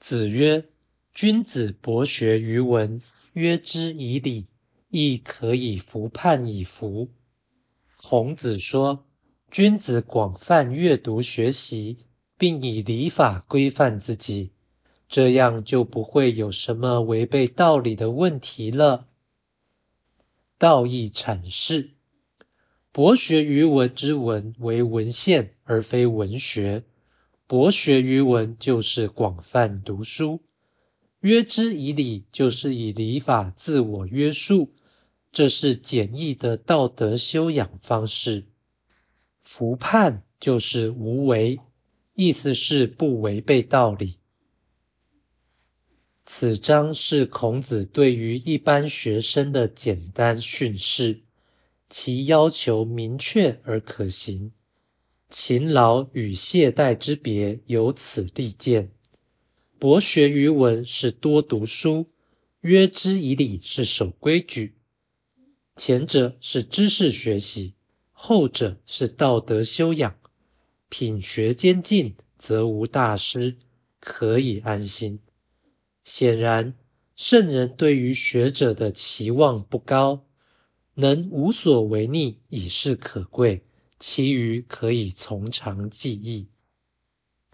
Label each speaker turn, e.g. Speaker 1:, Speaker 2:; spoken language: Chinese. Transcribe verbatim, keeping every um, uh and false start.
Speaker 1: 子曰：君子博学于文，约之以礼，亦可以服判以服。孔子说，君子广泛阅读学习，并以礼法规范自己，这样就不会有什么违背道理的问题了。道义阐释：博学于文之文为文献而非文学，博学于文就是广泛读书。约之以礼就是以礼法自我约束，这是简易的道德修养方式。服判就是无为，意思是不违背道理。此章是孔子对于一般学生的简单训示，其要求明确而可行，勤劳与懈怠之别由此立见。博学于文是多读书，约之以礼是守规矩。前者是知识学习，后者是道德修养。品学兼进，则无大失，可以安心。显然，圣人对于学者的期望不高，能无所违逆已是可贵，其余可以从长计议。